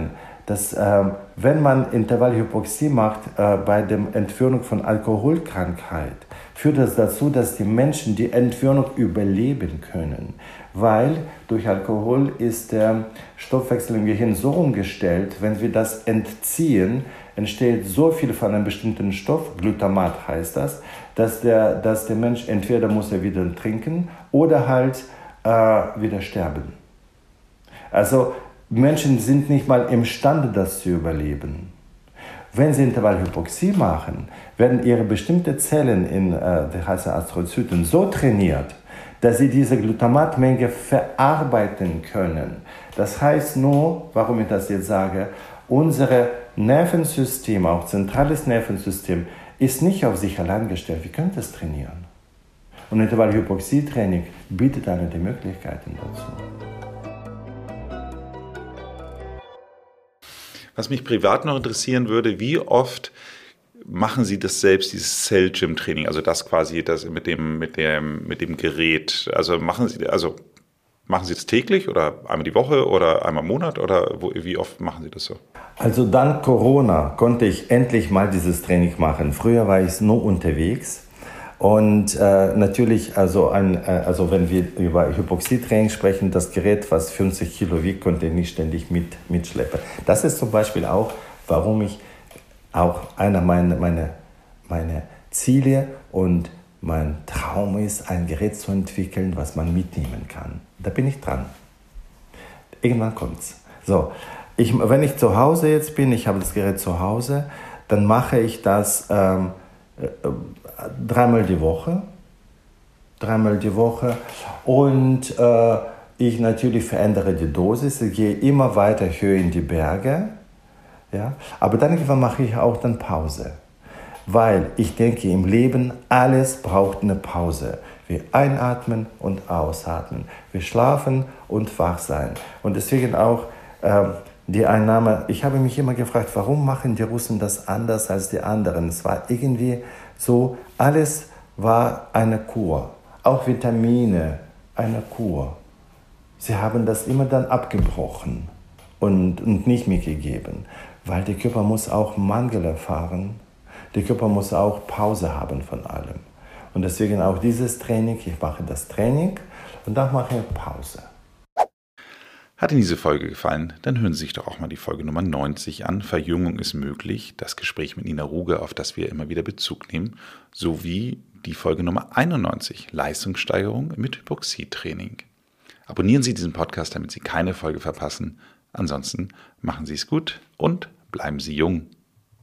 dass wenn man Intervallhypoxie macht bei der Entwöhnung von Alkoholkrankheit, führt das dazu, dass die Menschen die Entwöhnung überleben können. Weil durch Alkohol ist der Stoffwechsel im Gehirn so umgestellt, wenn wir das entziehen, entsteht so viel von einem bestimmten Stoff, Glutamat heißt das, dass der Mensch entweder muss er wieder trinken oder halt wieder sterben. Also Menschen sind nicht mal imstande, das zu überleben. Wenn sie Intervallhypoxie machen, werden ihre bestimmten Zellen die heißen Astrozyten so trainiert, dass sie diese Glutamatmenge verarbeiten können. Das heißt nur, warum ich das jetzt sage, unser Nervensystem, auch zentrales Nervensystem, ist nicht auf sich allein gestellt. Wir können das trainieren. Und Intervallhypoxie-Training bietet eine der Möglichkeiten dazu. Was mich privat noch interessieren würde, wie oft machen Sie das selbst, dieses Cell-Gym-Training, also das quasi das mit dem Gerät? Also machen Sie das täglich oder einmal die Woche oder einmal im Monat oder wie oft machen Sie das so? Also dank Corona konnte ich endlich mal dieses Training machen. Früher war ich nur unterwegs. Und natürlich, also wenn wir über Hypoxietraining sprechen, das Gerät, was 50 Kilo wiegt, konnte ich nicht ständig mitschleppen. Das ist zum Beispiel auch, warum ich auch einer meiner Ziele und mein Traum ist, ein Gerät zu entwickeln, was man mitnehmen kann. Da bin ich dran. Irgendwann kommt's. So, wenn ich zu Hause jetzt bin, ich habe das Gerät zu Hause, dann mache ich das dreimal die Woche und ich natürlich verändere die Dosis, ich gehe immer weiter höher in die Berge, ja? Aber dann irgendwann mache ich auch dann Pause, weil ich denke, im Leben alles braucht eine Pause. Wir einatmen und ausatmen, wir schlafen und wach sein und deswegen auch die Einnahme, ich habe mich immer gefragt, warum machen die Russen das anders als die anderen? Es war irgendwie so, alles war eine Kur, auch Vitamine, eine Kur. Sie haben das immer dann abgebrochen und nicht mehr gegeben, weil der Körper muss auch Mangel erfahren, der Körper muss auch Pause haben von allem. Und deswegen auch dieses Training, ich mache das Training und dann mache ich Pause. Hat Ihnen diese Folge gefallen? Dann hören Sie sich doch auch mal die Folge Nummer 90 an. Verjüngung ist möglich. Das Gespräch mit Nina Ruge, auf das wir immer wieder Bezug nehmen. Sowie die Folge Nummer 91, Leistungssteigerung mit Hypoxietraining. Abonnieren Sie diesen Podcast, damit Sie keine Folge verpassen. Ansonsten machen Sie es gut und bleiben Sie jung.